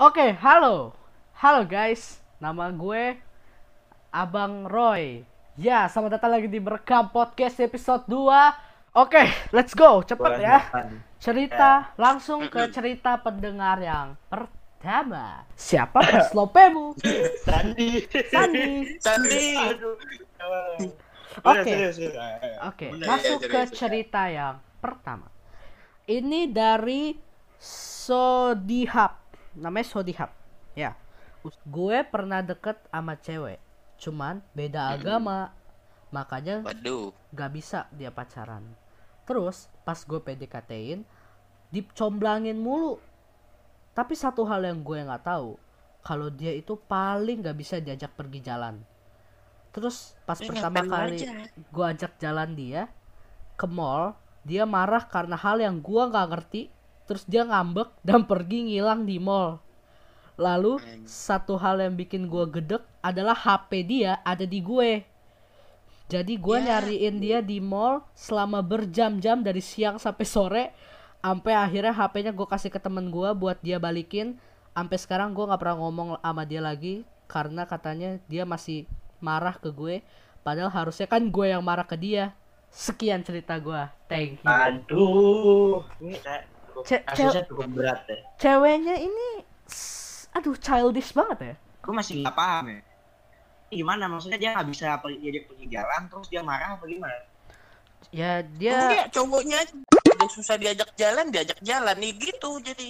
Oke, halo. Halo guys. Nama gue Abang Roy. Ya, selamat datang lagi di Merekam Podcast episode 2. Oke, let's go. Cepet ya. Cerita langsung ke cerita pendengar yang pertama. Siapa peslopemu? Sandi. Aduh. Oke. Serius. Oke, Bener, masuk ya, ke serius. cerita yang pertama. Ini dari Sodihab. Namanya Sodihab. Ya. Gue pernah deket sama cewek. Cuman beda agama. Makanya Waduh. gak bisa dia pacaran. Terus pas gue PDKT-in, dicomblangin mulu. Tapi satu hal yang gue gak tahu, kalau dia itu paling gak bisa diajak pergi jalan. Terus pas pertama kali gue ajak jalan dia ke mall, dia marah karena hal yang gue gak ngerti. Terus dia ngambek dan pergi ngilang di mall. Lalu satu hal yang bikin gue gedek adalah HP dia ada di gue. Jadi gue nyariin dia di mall selama berjam-jam dari siang sampai sore. Sampai akhirnya HP-nya gue kasih ke temen gue buat dia balikin. Sampai sekarang gue gak pernah ngomong sama dia lagi. Karena katanya dia masih marah ke gue. Padahal harusnya kan gue yang marah ke dia. Sekian cerita gue. Thank you. Aduh, ini kasusnya cukup berat ya. Ceweknya ini aduh childish banget ya. Aku masih nggak paham ya. Gimana maksudnya dia nggak bisa diajak pergi jalan terus dia marah apa gimana? Ya dia Enggak, cowoknya udah susah diajak jalan nih gitu jadi.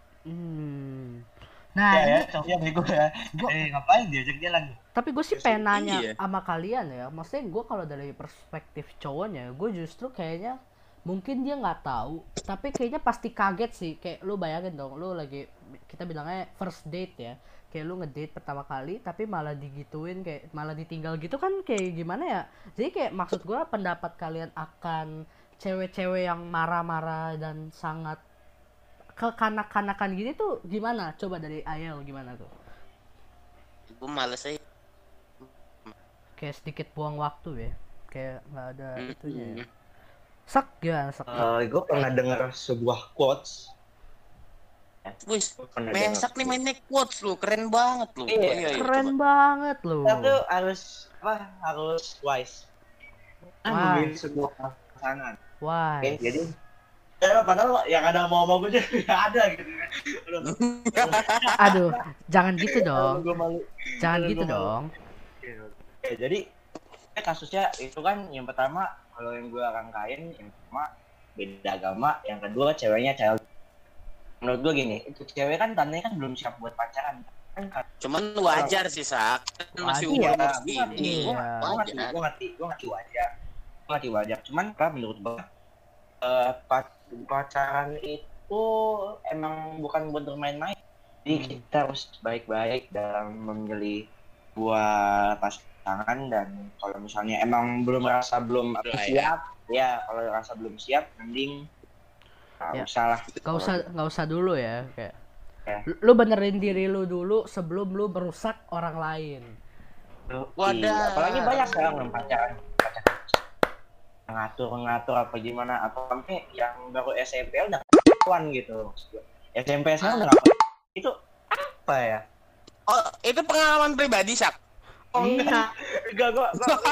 Nah Ya, ini cowoknya bego ya. Ngapain diajak jalan? tapi gue sih pengen nanya Iya. sama kalian ya. Maksudnya gue kalau dari perspektif cowoknya, gue justru kayaknya mungkin dia nggak tahu, tapi kayaknya pasti kaget sih. Kayak lu bayangin dong, lu lagi, kita bilangnya first date ya, kayak lu ngedate pertama kali tapi malah digituin, kayak malah ditinggal gitu kan, kayak gimana ya. Jadi kayak maksud gue, pendapat kalian akan cewek-cewek yang marah-marah dan sangat kekanak-kanakan gini tuh gimana? Coba dari Ayel gimana tuh? Gue males aja. Kayak sedikit buang waktu ya, kayak nggak ada itunya ya. Sak gimana sak? Gue pernah dengar sebuah quotes. Wis, Pernah mesak nih mainnya quotes lu, keren banget lu. Iya, Keren banget loh. Kita tuh harus wise. Memilih sebuah pasangan. Wah. Oke, jadi padahal yang ada mau gue aja nggak ada gitu. Aduh, jangan gitu dong. Gue malu. Jangan gitu Gua malu. dong. Oke, jadi kasusnya itu kan yang pertama, kalau yang gue rangkain, yang pertama beda agama, yang kedua ceweknya child. Menurut gue gini, itu cewek kan tandanya kan belum siap buat pacaran kan. Cuman wajar sih, Sak. Masih Wajar. umur Iya, segini. gue ngerti wajar. Cuman kan menurut gue pacaran itu emang bukan buat bermain-main. Jadi kita harus baik-baik dalam memilih buat pasangan, dan kalau misalnya emang belum siap, ya kalau rasa belum siap mending Ya. usah lah. Nggak usah dulu ya, kayak. Ya. Lu benerin diri lu dulu sebelum lu merusak orang lain. Wadah. Apalagi banyak sekarang yang pacaran ngatur apa gimana, atau sampai yang baru SMP udah kawan gitu. SMP sekarang udah itu apa ya? Oh, itu pengalaman pribadi, Sak. Oh, Iya. enggak, gua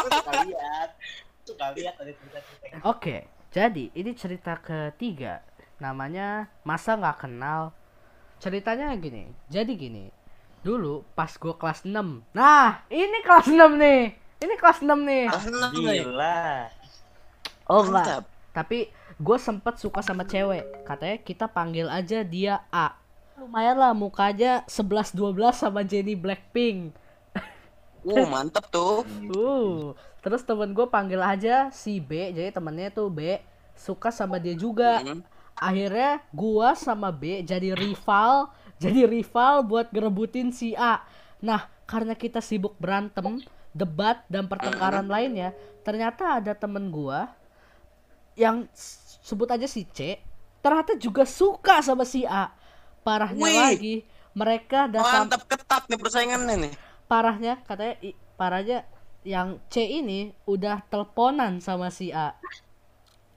suka lihat ada cerita-cerita. Oke, jadi ini cerita ketiga. Namanya Masa Nggak Kenal. Ceritanya gini. Jadi gini. Dulu pas gue kelas 6. Nah, ini kelas 6 nih. Ini kelas 6 nih. Gila. Oh Mantap. enggak. Tapi gue sempet suka sama cewek. Katanya kita panggil aja dia A. Lumayan lah mukanya 11-12 sama Jennie Blackpink. Mantep tuh. Terus temen gue panggil aja si B. Jadi temennya tuh B suka sama dia juga. Akhirnya gue sama B jadi rival buat ngerebutin si A. Nah, karena kita sibuk berantem, debat dan pertengkaran lainnya, ternyata ada temen gue yang sebut aja si C, ternyata juga suka sama si A. Parahnya lagi, mereka mantap, ketat nih persaingannya nih. Parahnya yang C ini udah teleponan sama si A.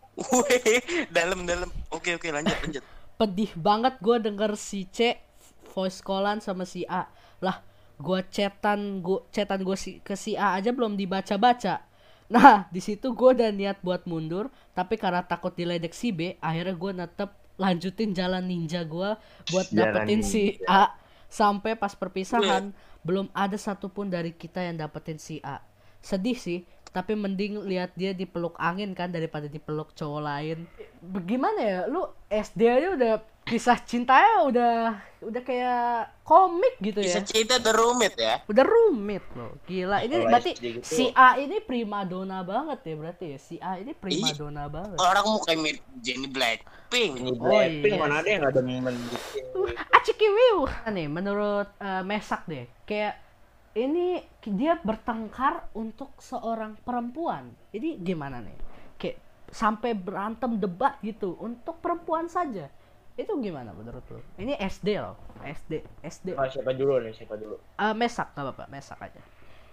Wih, dalam. Oke, lanjut. Pedih banget gue denger si C voice callan sama si A. Lah, gue chatan gue ke si A aja belum dibaca-baca. Nah, di situ gue udah niat buat mundur, tapi karena takut diledek si B, akhirnya gue tetap lanjutin jalan ninja gue buat dapetin si A. Sampai pas perpisahan belum ada satupun dari kita yang dapetin si A. Sedih sih, tapi mending lihat dia dipeluk angin kan daripada dipeluk cowok lain. Bagaimana ya, lu SD aja udah kisah cintanya udah kayak komik gitu ya. Bisa cerita udah rumit ya. Udah rumit loh, gila. Ini Kalau berarti SD gitu. si A ini primadona banget ya berarti ya. Si A ini primadona banget. Orang muka mirip Jenny Blackpink. Ini Oh, Blackpink iya mana ada sih. yang ada momen gitu. Acikiwiu. Nih, menurut Mesak deh, kayak ini dia bertengkar untuk seorang perempuan. Ini gimana nih? Kayak sampai berantem debat gitu untuk perempuan saja. Itu gimana menurut lo? Ini SD loh. SD. Oh, siapa dulu? Mesak gak apa-apa, Mesak aja.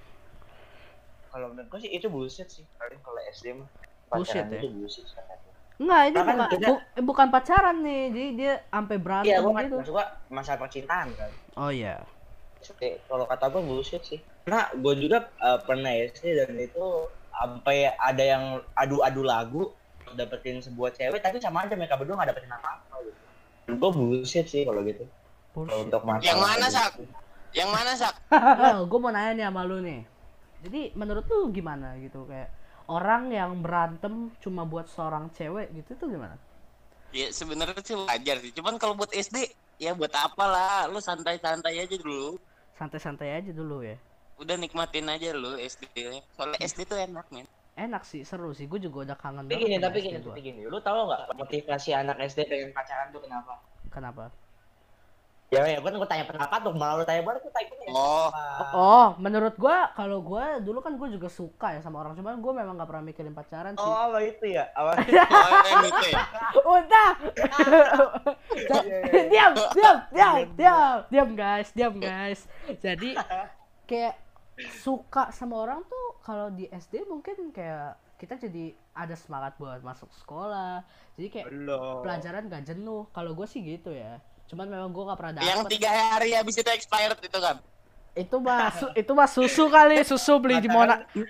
Kalau menurut gue sih itu bullshit sih. Kalau SD mah Bullshit pacaran ya? itu bullshit sebenarnya. Enggak, ini Karena bukan kita- bukan pacaran nih. Jadi dia sampai berantem Iya, gue gitu. maksud gue masalah percintaan kan. Oh iya. Oke, kalau kata gue bullshit sih. Karena gue juga pernah SD dan itu sampai ada yang adu-adu lagu dapetin sebuah cewek tapi sama aja mereka berdua gak dapetin apa-apa gitu. Gue bullshit sih kalau gitu. Kalau Bullshit. untuk masalah Yang mana, gitu. Sak? Yang mana, Sak? Gue mau nanya nih sama lu nih. Jadi menurut lu gimana gitu, kayak orang yang berantem cuma buat seorang cewek gitu tuh gimana? Ya sebenarnya sih wajar sih. Cuman kalau buat SD ya buat apalah, lu santai-santai aja dulu. Santai-santai aja dulu ya. Udah nikmatin aja lu SD. Soalnya SD tuh enak, men. Enak sih, seru sih. Gue juga udah kangen Tapi banget gini, sama SD gua. Lu tahu nggak motivasi anak SD pengen pacaran tuh kenapa? Kenapa? Ya gue tanya pendapat tuh, malu tanya baru tuh tanya. Oh. Oh, menurut gue kalau gue dulu kan gue juga suka ya sama orang, cuman gue memang gak pernah mikirin pacaran sih. Oh, apa itu ya? Apa? Oh, yang gitu ya. Udah. Diam guys. Jadi kayak suka sama orang tuh kalau di SD mungkin kayak kita jadi ada semangat buat masuk sekolah. Jadi kayak Belum. pelajaran gak jenuh. Kalau gue sih gitu ya. Cuman memang gue gak pernah Yang dapet. 3 hari habis itu expired itu kan. Itu mah susu kali, susu beli di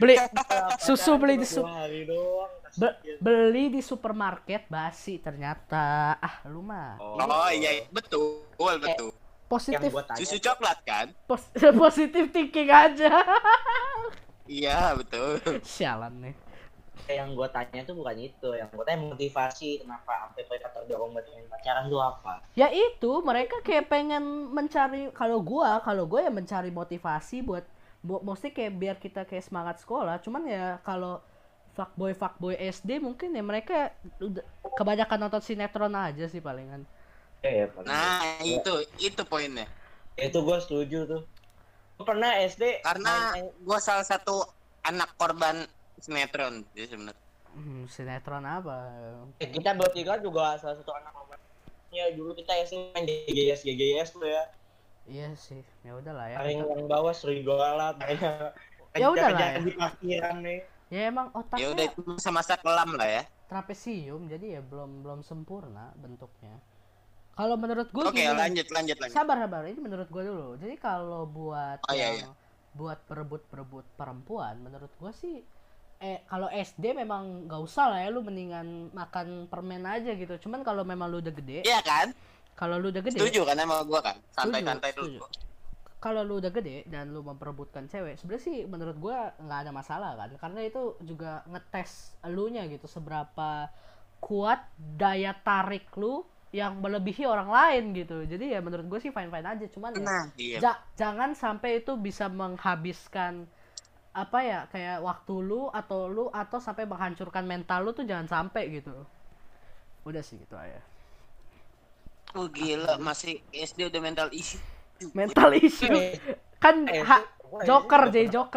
susu beli di hari doang. beli di supermarket basi ternyata. Ah, lu mah Oh iya, betul. Betul. positif Yang gua tanya Susu coklat kan? positif thinking aja. Iya, betul. Sialan nih. yang gue tanya tuh bukan itu, yang gue tanya motivasi kenapa sampai mereka terdorong buat pengen pacaran tuh apa? Ya itu mereka kayak pengen mencari, kalau gue ya mencari motivasi buat mesti kayak biar kita kayak semangat sekolah. Cuman ya kalau fuckboy SD mungkin ya mereka udah kebanyakan nonton sinetron aja sih palingan. Ya, Nah, itu poinnya. itu gue setuju tuh. Gue pernah SD Karena gua salah satu anak korban sinetron jadi sebenarnya. Sinetron apa? Kita bertiga juga salah satu anak korban. Ya dulu kita SD main GGS tuh ya. Iya sih, ya udahlah ya. Paling yang bawah serigala kayaknya. Ya udahlah ya. Di parkiran nih. Ya emang Ya otaknya udah itu masa-masa kelam lah ya. trapesium, jadi ya belum sempurna bentuknya. Kalau menurut gue Oke, lanjut. Sabar, ini menurut gue dulu. Jadi kalau buat Oh, iya. buat perebut perempuan, menurut gue sih kalau SD memang gak usah lah ya, lu mendingan makan permen aja gitu. Cuman kalau memang lu udah gede, Iya kan? kalau lu udah gede, Setuju kan sama gua kan? Santai-santai Setuju. dulu. Kalau lu udah gede dan lu memperebutkan cewek, sebenarnya sih menurut gua nggak ada masalah kan, karena itu juga ngetes elunya gitu, seberapa kuat daya tarik lu yang melebihi orang lain gitu. Jadi ya menurut gue sih fine aja, cuman ya Nah, iya. jangan sampai itu bisa menghabiskan apa ya, kayak waktu lu atau sampai menghancurkan mental lu tuh, jangan sampai gitu. Udah sih gitu aja. Oh gila, masih SD udah mental issue. Mental issue kan Joker.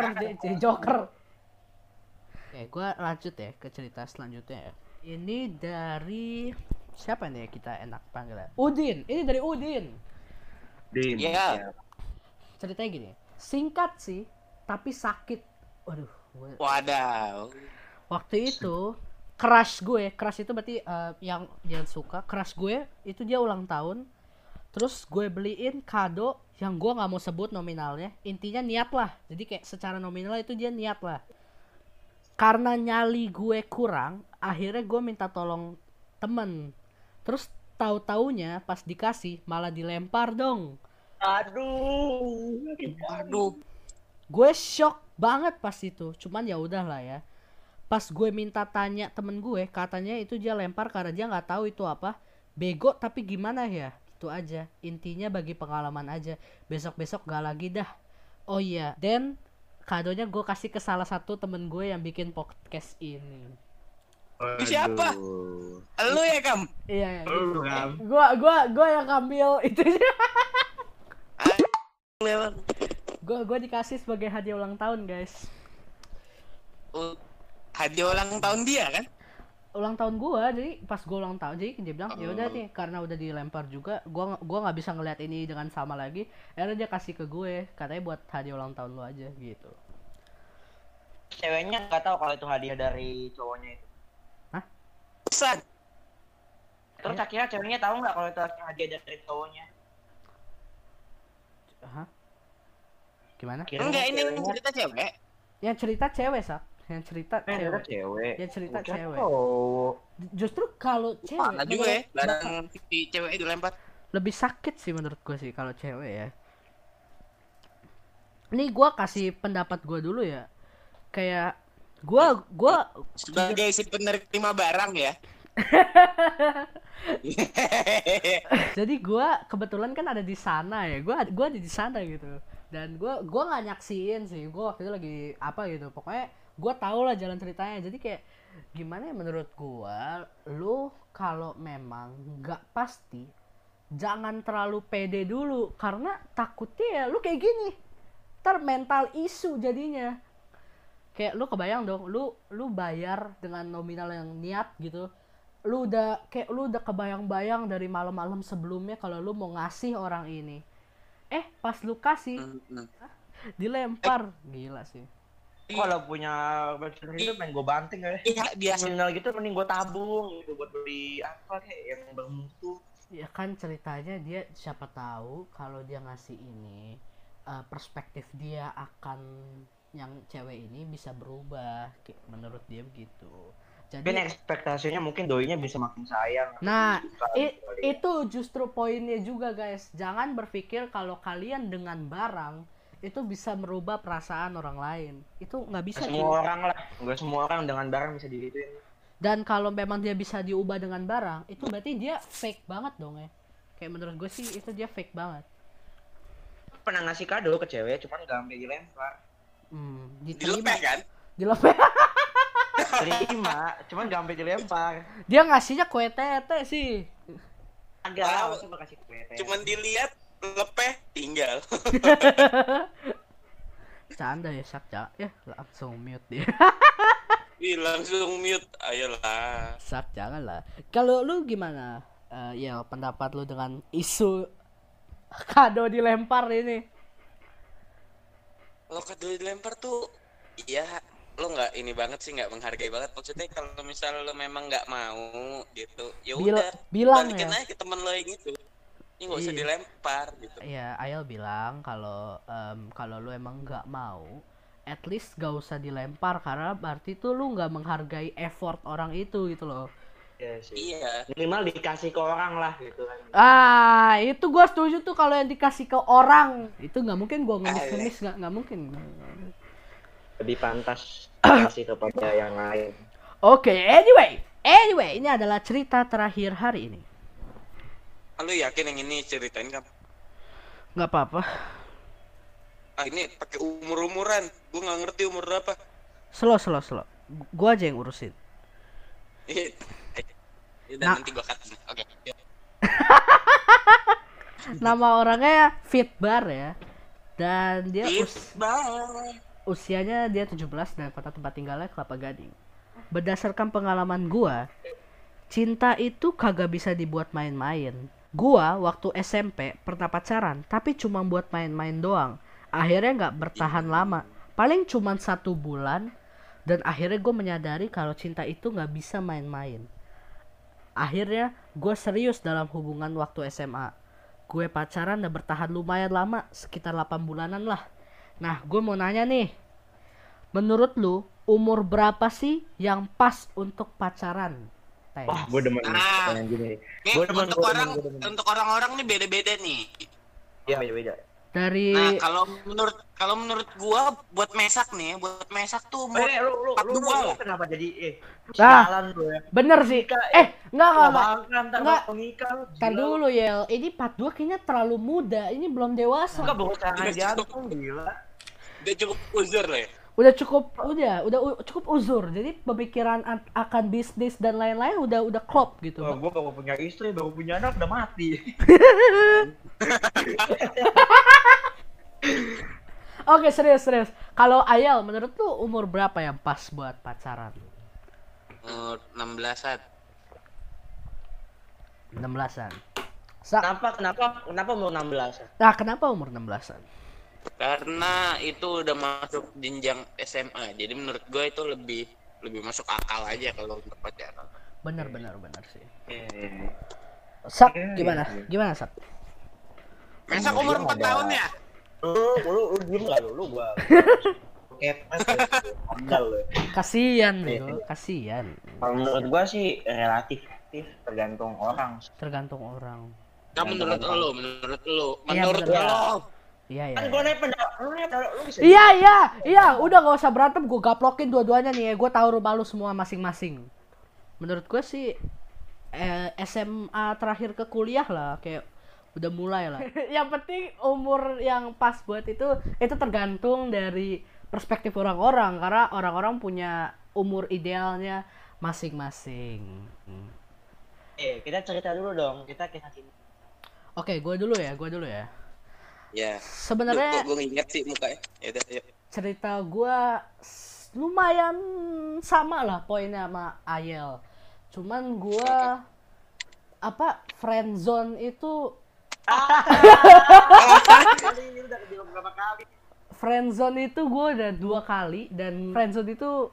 Gue lanjut ya ke cerita selanjutnya ya. Ini dari siapa nih kita enak panggilnya? Udin. Ini dari Udin. Iya. Ceritanya gini, singkat sih tapi sakit. Waduh, Wadaw. waktu itu crush itu berarti yang suka, crush gue itu dia ulang tahun. Terus gue beliin kado yang gue nggak mau sebut nominalnya. Intinya niat lah. Jadi kayak secara nominal itu dia niat lah. Karena nyali gue kurang, akhirnya gue minta tolong temen. Terus tahu-taunya pas dikasih malah dilempar dong. Aduh. Gue shock banget pas itu. Cuman ya udahlah ya. Pas gue minta tanya temen gue, katanya itu dia lempar karena dia nggak tahu itu apa. Bego tapi gimana ya? Itu aja. Intinya bagi pengalaman aja. Besok-besok gak lagi dah. Oh iya, dan kadonya gue kasih ke salah satu temen gue yang bikin podcast ini. Siapa? Lu ya, Kam? Iya, Lu, Kam. Gua yang ngambil itu. Gue dikasih sebagai hadiah ulang tahun, guys. Hadiah ulang tahun dia kan? Ulang tahun gue, jadi pas gue ulang tahun, jadi dia bilang ya udah nih, karena udah dilempar juga, gua nggak bisa ngeliat ini dengan sama lagi, akhirnya dia kasih ke gue, katanya buat hadiah ulang tahun lo aja gitu. Ceweknya nggak tahu kalau itu hadiah dari cowoknya itu. Hah? Pesan. Terus akhirnya ceweknya tahu nggak kalau itu hadiah dari cowoknya? Hah? Gimana? Enggak, ini cerita cewek. Yang cerita cewek, Sak. Yang cerita cewek. Cewek. Yang cerita Bukan cewek. cowok. Justru kalau cewek Mana juga ya, barang si cewek dilempar. lebih sakit sih menurut gue sih kalau cewek ya. Ini gue kasih pendapat gue dulu ya. Kayak gue Sebagai si penerima barang ya. jadi gue kebetulan kan ada di sana ya. Gue ada di sana gitu. Dan gue nggak nyaksiin sih. Gue waktu itu lagi apa gitu. Pokoknya gue tau lah jalan ceritanya. Jadi kayak gimana ya menurut gue, lu kalau memang nggak pasti, jangan terlalu pede dulu, karena takutnya ya lu kayak gini, ntar mental isu jadinya. Kayak lu kebayang dong, lu bayar dengan nominal yang niat gitu, lu udah kebayang-bayang dari malam-malam sebelumnya kalau lu mau ngasih orang ini, pas lu kasih dilempar. Gila sih. Kalau punya bachelor itu pengen gue banting ya. Iya, biasa. Nominal gitu mending gue tabung gitu buat beli apa kayak yang bermutu. Ya kan ceritanya dia siapa tahu kalau dia ngasih ini, perspektif dia akan yang cewek ini bisa berubah, kayak menurut dia begitu. Jadi Mungkin ekspektasinya mungkin doinya bisa makin sayang. nah Kali. itu justru poinnya juga, guys. Jangan berpikir kalau kalian dengan barang itu bisa merubah perasaan orang lain. Itu nggak bisa. Nggak semua orang lah, nggak semua orang dengan barang bisa digituin. Dan kalau memang dia bisa diubah dengan barang, itu berarti dia fake banget dong ya. Kayak menurut gue sih itu dia fake banget. Pernah ngasih kado ke cewek, cuman nggak sampai dilempar. Dilepeh kan? Dilepeh. Terima, cuman nggak sampai dilempar. Dia ngasihnya kue tete sih. Agak Wow. langsung kasih kue. Cuman dilihat, lepeh, tinggal. Canda ya, Sak. Ya langsung mute dia. Ih, langsung mute. Ayolah. Sak, janganlah. Kalau lu gimana? Ya pendapat lu dengan isu kado dilempar ini? Lo kado dilempar tuh, ya lo nggak ini banget sih, nggak menghargai banget. Maksudnya kalau misal lo memang nggak mau gitu, ya udah bilang balikin ya. aja ke temen lo yang itu. Ini nggak usah Iya. dilempar gitu. Ya, Ayel bilang kalau lu emang nggak mau, at least gak usah dilempar, karena berarti tuh lu nggak menghargai effort orang itu gitu loh. Iya sih. Iya. Minimal dikasih ke orang lah gitu kan. Itu gue setuju tuh, kalau yang dikasih ke orang itu nggak mungkin gue ngemis nggak mungkin. Lebih pantas dikasih kepada yang lain. Oke, anyway ini adalah cerita terakhir hari ini. Lo yakin yang ini ceritain kan? Nggak apa-apa. Ini pakai umur-umuran. Gue nggak ngerti umur berapa. Slow. Gue aja yang urusin. Udah nanti gue cut. Oke. Nama orangnya Fitbar ya. Dan dia Bye. usianya dia 17 dan kota tempat tinggalnya Kelapa Gading. Berdasarkan pengalaman gua, cinta itu kagak bisa dibuat main-main. Gua waktu SMP pernah pacaran, tapi cuma buat main-main doang. Akhirnya nggak bertahan lama, paling cuma 1 bulan. Dan akhirnya gue menyadari kalau cinta itu nggak bisa main-main. Akhirnya gue serius dalam hubungan waktu SMA. gue pacaran udah bertahan lumayan lama, sekitar 8 bulanan lah. Nah, gue mau nanya nih, menurut lu umur berapa sih yang pas untuk pacaran? Wah, gue demen Nah, yang gini. Nih, Gue demen, untuk orang-orang nih beda-beda nih. Iya, beda-beda. Dari Nah, kalau menurut gua buat mesak tuh umur Lu 42 lah. kenapa jadi Nah, sialan lu ya? bener sih. Nikah, ya? Enggak. Enggak. Nikah lu. Tar dulu ya, ini 42 kayaknya terlalu muda, ini belum dewasa. Enggak bawa tangan jantung gila. Udah cukup uzur lah ya. Udah cukup uzur. Jadi pemikiran akan bisnis dan lain-lain udah klop gitu. Oh, gue baru punya istri, baru punya anak, udah mati. Oke, serius. Kalau Ayel, menurut lu umur berapa yang pas buat pacaran? 16-an. 16-an. Kenapa mau 16? Nah, kenapa umur 16-an? Karena itu udah masuk jenjang SMA. Jadi menurut gue itu lebih masuk akal aja kalau untuk pacaran. Bener sih. Iya. Sat, gimana Sat? Mesak umur 4 tahun ya? Lu diem gak lu gua. Kepes andal lu. Kasian bego, kasian. Kalau menurut gua sih relatif tergantung orang. Kan menurut lo. Iya, Menurut bener. lo. Iya. Kan gua nanya pendapat lu bisa. Iya, udah gak usah berantem, gue gaplokin dua-duanya nih ya. Gue tahu rumah lu semua masing-masing. Menurut gue sih SMA terakhir ke kuliah lah, kayak udah mulai lah. Yang penting umur yang pas buat itu tergantung dari perspektif orang-orang, karena orang-orang punya umur idealnya masing-masing. Kita cerita dulu dong. Kita kisah cinta. Oke, gue dulu ya. Ya. Sebenarnya gue inget sih mukanya. Ya udah, yuk. cerita gue lumayan sama lah poinnya sama Ayel. Cuman gue friendzone itu friendzone itu gue udah 2 kali, dan friendzone itu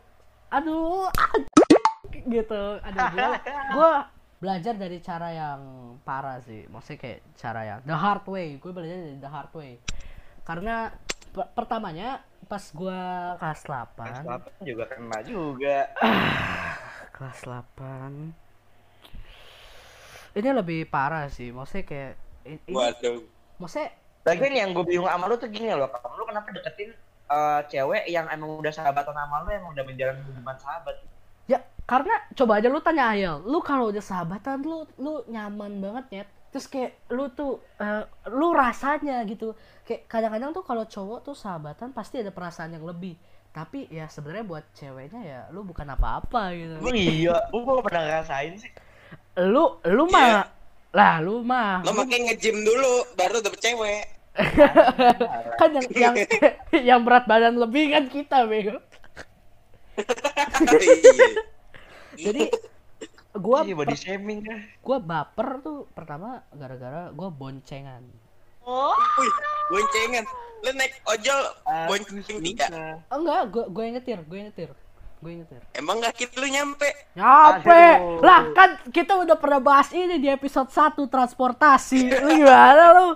gitu. Gue belajar dari cara yang parah sih, maksudnya kayak cara yang the hard way. Gue belajar dari the hard way karena pertamanya pas gue kelas 8 juga kena juga. kelas 8 ini lebih parah sih, maksudnya kayak Waduh. maksudnya Lagian yang gue bingung sama lu tuh gini loh, lu kenapa deketin cewek yang emang udah sahabatan sama lu, emang udah menjalin hubungan sahabat? ya karena coba aja lu tanya Ayel, lu kalau udah sahabatan lu nyaman banget ya, terus kayak lu tuh lu rasanya gitu, kayak kadang-kadang tuh kalau cowok tuh sahabatan pasti ada perasaan yang lebih, tapi ya sebenarnya buat ceweknya ya lu bukan apa-apa gitu. Oh iya, gue gak pernah ngerasain sih. Lu mah lah, lu mah Lo makanya nge-gym dulu baru dapet cewek. kan yang berat badan lebih kan kita bego. Jadi body shaming kan. gua baper tuh pertama gara-gara gua boncengan. Wih, boncengan. Lu naik ojol bonceng 3. Enggak, gue yang nyetir. Emang kaki lu nyampe? Nyampe. Lah kan kita udah pernah bahas ini di episode 1 transportasi. Lu gimana lu?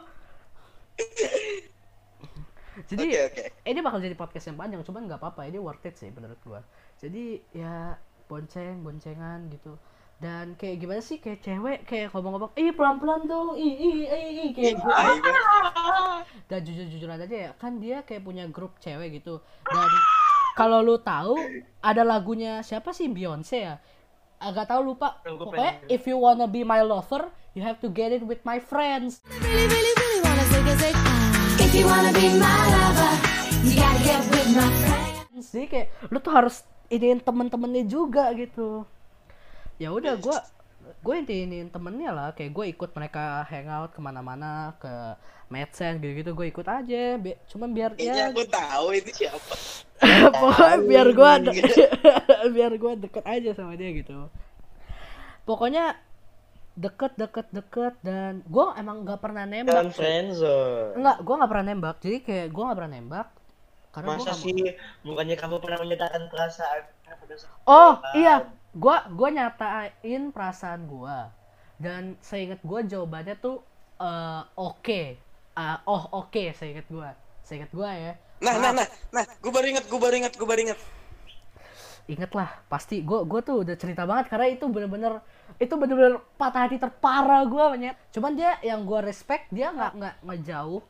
Jadi Oke. ini bakal jadi podcast yang panjang, cuman nggak apa-apa, ini worth it sih menurut gua. Jadi ya boncengan gitu. Dan kayak gimana sih, kayak cewek kayak ngomong-ngomong, pelan-pelan dong, kayak gitu. Dan jujur-jujuran aja ya, kan dia kayak punya grup cewek gitu. Dan kalau lu tahu ada lagunya siapa sih, Beyonce ya? Agak tahu, lupa. Pokoknya if you wanna be my lover, you have to get it with my friends. Really wanna say, if you wanna be my lover, you gotta get with my friends. Jadi kayak lu tuh harus iniin temen-temennya juga gitu. Ya udah, gue intiin temennya lah, kayak gue ikut mereka hangout kemana-mana, ke medsen gitu-gitu, gue ikut aja, cuman biar Kayaknya aku tahu itu siapa. pokoknya biar gue deket aja sama dia gitu. Pokoknya deket, dan gue emang nggak pernah nembak. Gue nggak pernah nembak, jadi kayak gue nggak pernah nembak karena masa sih bukannya kamu pernah menyatakan perasaan? Iya, gue nyatain perasaan gue, dan seingat gue jawabannya tuh oke. Oke, seingat gua ya. Nah, gue baru inget. Ingat lah, pasti gue tuh udah cerita banget karena itu bener-bener patah hati terparah gue banyak. Cuman dia yang gue respect, dia nggak ngejauh.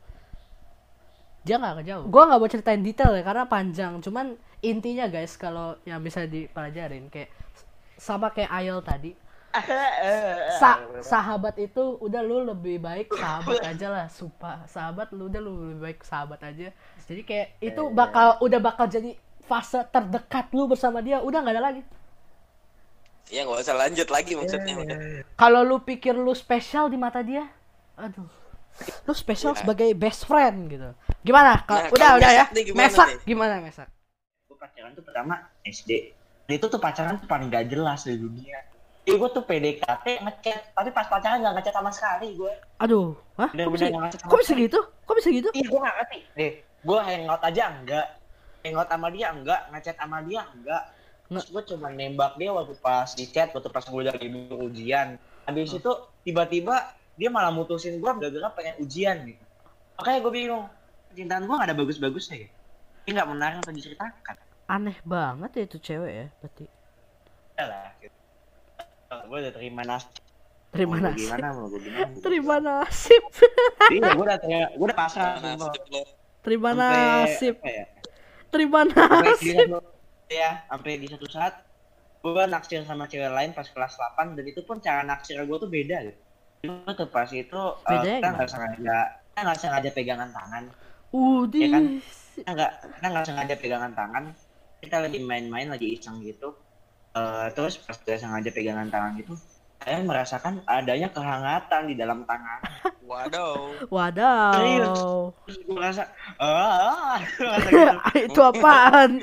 Gue nggak mau ceritain detail ya karena panjang. Cuman intinya guys, kalau yang bisa dipelajarin kayak sama kayak Ayel tadi, sahabat itu udah lu lebih baik sahabat aja lah, sumpah. Sahabat lu lebih baik sahabat aja. Jadi kayak itu udah bakal jadi fase terdekat lu bersama dia, udah nggak ada lagi. Ya nggak usah lanjut lagi maksudnya. Kalau lu pikir lu spesial di mata dia, aduh, lu spesial sebagai best friend gitu. Gimana? Udah ya. Gimana Mesak? Gue pacaran tuh pertama SD. Itu tuh pacaran tuh paling gak jelas di dunia. Gue tuh PDKT ngechat, tapi pas pacaran nggak ngechat sama sekali gue. Aduh, hah? Kok bisa gitu? Iya, gue nggak ngerti. Gue hangout aja enggak. Hangout sama dia enggak, ngechat sama dia enggak. Terus gue cuma nembak dia waktu pas di chat, waktu pas gue lagi ujian. Habis itu tiba-tiba dia malah mutusin gue gara-gara pengen ujian gitu. Makanya gue bingung, percintaan gue gak ada bagus-bagusnya ya. Dia gak menarik untuk diceritakan. Aneh banget ya itu cewek ya, berarti. Yalah, gitu. Gue udah terima nasib. Terima nasib. Terima nasib. Iya, gue udah pasrah. Terima nasib. Terima nasib. Ya, sampai di satu saat gue naksir sama cewek lain pas kelas 8 dan itu pun cara naksir gue tuh beda gitu. Itu tuh pas itu kita nggak sengaja pegangan tangan. Ya kan? Kita nggak sengaja pegangan tangan. Kita lagi main-main, lagi iseng gitu. Terus pas dia sengaja pegangan tangan gitu, saya merasakan adanya kehangatan di dalam tangan. Waduh. Serius. Terus gue merasa, Itu apaan?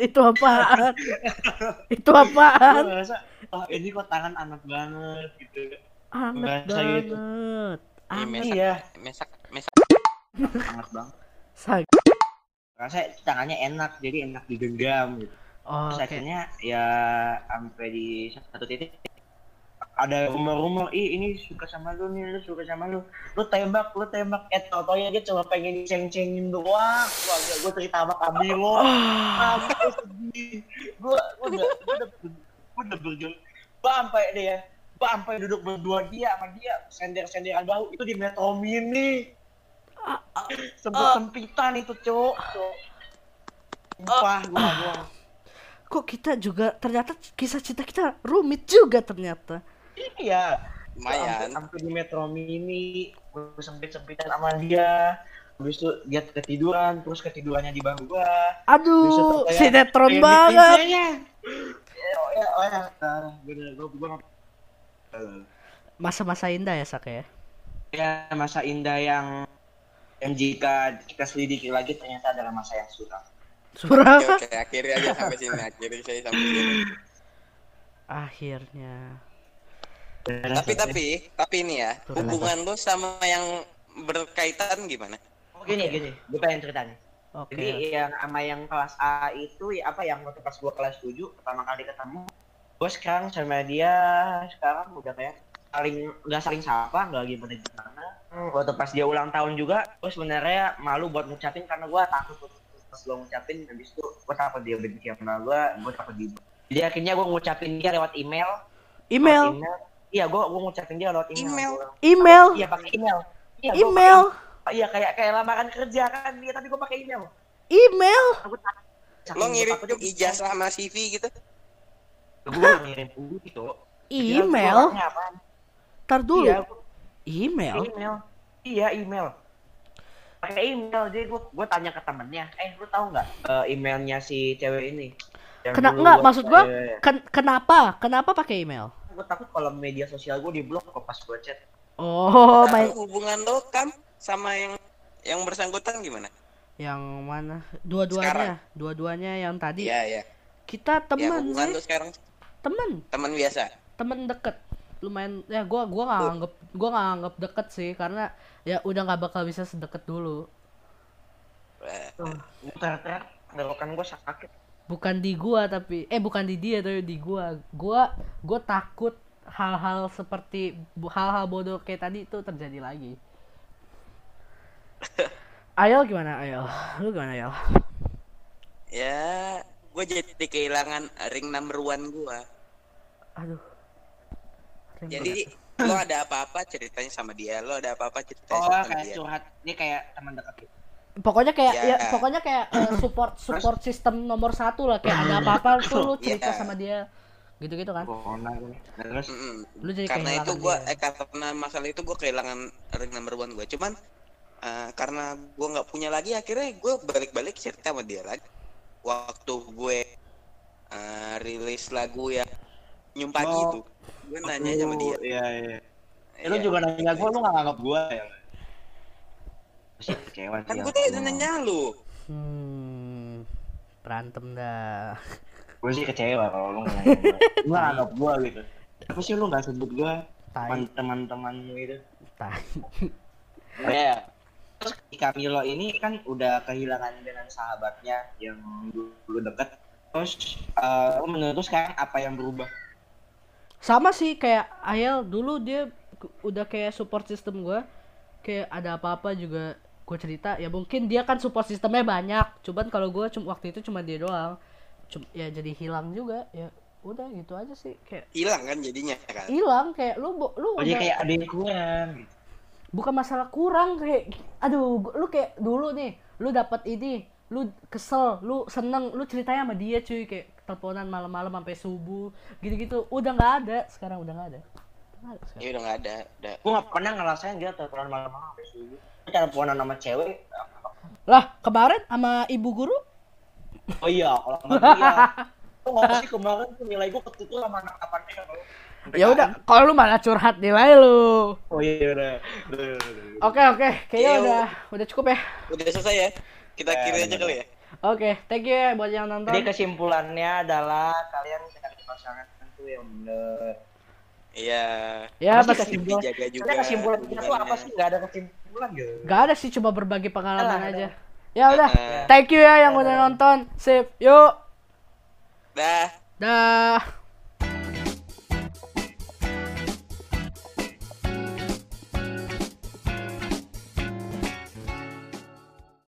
Gue merasa, ini kok tangan anak banget gitu. Anget banget. Iya. Mesak. Hangat banget. Rasanya tangannya enak, jadi enak digenggam gitu. Terus akhirnya ya sampai di satu titik ada rumor-rumor, ini suka sama lu nih, lu suka sama lu tembak, tau-taunya dia cuma pengen diceng-cengin doang. Gue cerita sama Kabi lo, gue sedih, gue udah berjuang, gue sampai duduk berdua dia sama dia, sender-senderan bahu itu di Metro Mini, sempitan itu cok. Sumpah gue. Kok kita juga ternyata kisah cinta kita rumit juga ternyata. Iya, lumayan. Sampai di Metro Mini, gue sempit-sempitan sama dia. Habis itu dia ketiduran, terus ketidurannya di bahu gua. Aduh, sinetron banget. Masa-masa indah ya Sak ya? Ya, masa indah yang jika kita selidiki lagi ternyata adalah masa yang suram. Oke, akhirnya aja sampai sini. Akhirnya. Tapi ini ya, hubungan lo sama yang berkaitan gimana? Gini, gue pengen ceritanya. Jadi yang sama yang kelas A itu ya yang waktu pas gue kelas 7 pertama kali ketemu, gue sekarang sama dia sekarang udah kayak nggak saling sapa, nggak gimana. Waktu pas dia ulang tahun juga, gue sebenarnya malu buat ngucapin karena gue takut pas gue ngucapin, habis itu gue takut dia benci sama gue takut dia. Jadi akhirnya gue ngucapin dia lewat email. Iya, gue ngucapin dia lewat email. Iya, pakai email. Iya, kayak lamaran kerja kan dia, tapi gue pakai email. Lo ngirim ijazah sama CV gitu? Gue ngirim gitu. Email? Ntar dulu. Email. Iya, email. Pakai email, jadi gue tanya ke temennya, lu tahu nggak emailnya si cewek ini? Maksud gue, kenapa pakai email? Gue takut kalau media sosial gue diblok kok pas gue chat. Hubungan lo kan sama yang bersangkutan gimana? Yang mana? Dua-duanya yang tadi. Iya. Kita teman. Hubungan lo sekarang? Teman biasa. Teman deket. Lumayan ya, gua nggak anggap deket sih karena ya udah nggak bakal bisa sedekat dulu. Bentar, tenggorokan gue sakit. Bukan di dia tapi di gua takut hal-hal seperti hal-hal bodoh kayak tadi itu terjadi lagi. Ayel gimana Ayel? Lu gimana Ayel? Ya, gue jadi kehilangan ring number one gue. Aduh. Jadi lo ada apa-apa ceritanya sama dia, lo ada apa-apa ceritanya Oh, sama kayak dia. curhat. Dia kayak teman dekat gitu. Pokoknya kayak Ya. pokoknya kayak support sistem nomor 1 lah, kayak ada apa-apa tuh lu cerita Iya. sama dia. Gitu-gitu kan. Corona gitu. Terus Lu jadi Karena itu kehilangan gue, dia. karena masalah itu gue kehilangan ring number one gue. Cuman karena gue nggak punya lagi, akhirnya gue balik-balik cerita sama dia lagi. Waktu gue rilis lagu yang Nyum Pagi Oh. tuh, gue nanya sama dia. Iya, iya. Lu Iya, juga nanya gitu. gue, lu gak nganggap gue ya? Sih kecewa Kan sih. gue tadi udah nanya lu. Berantem dah. Gue sih kecewa kalau lu gak nganggap gue. Lu gak nganggap gue gitu. Apa sih lu gak sebut gue Tai. teman-temanmu itu? Tai. Oh iya. Terus Camilo ini kan udah kehilangan dengan sahabatnya yang dulu deket. Terus menurut lu sekarang apa yang berubah? Sama sih kayak Ayel dulu, dia udah kayak support system gue, kayak ada apa-apa juga gue cerita. Ya mungkin dia kan support sistemnya banyak, cuman kalau gue waktu itu cuma dia doang. Ya jadi hilang juga. Ya udah gitu aja sih, kayak Hilang kan jadinya kan. hilang. Kayak lu Oh jadi udah, kayak ada yang kurang gitu. bukan masalah kurang, kayak aduh lu kayak dulu nih, lu dapat ini, lu kesel, lu seneng, lu ceritanya sama dia cuy, kayak teleponan malam-malam sampai subuh gitu-gitu. Udah nggak ada sekarang, udah nggak ada. Nggak ada sekarang. Ya udah nggak ada. Udah. Gue gak pernah ngerasain dia teleponan malam-malam sampai subuh. Teleponan sama cewek. Lah kemarin sama ibu guru. Oh iya, kalau sama dia. Lu ngapa sih kemarin tuh nilai gue ketutup sama anak kapannya kalau. Ya udah, kalau lu malah curhat nilai lu. Oh iya udah. Oke, kayaknya Iya, udah cukup ya. Udah selesai ya. Kita Ya, kiri aja bener. kali ya. Oke, thank you ya buat yang nonton. Jadi kesimpulannya adalah kalian cari pasangan itu yang bener. Iya. Ya, Apa sih pasti kesimpulan? Dijaga juga. Sebenarnya kesimpulan kita tuh apa hubungannya. sih? Gak ada kesimpulan gitu. Gak ada sih, cuma berbagi pengalaman Ada. aja. Ya udah, Heeh. thank you ya yang udah nonton. Sip, yuk. Dah. Dah.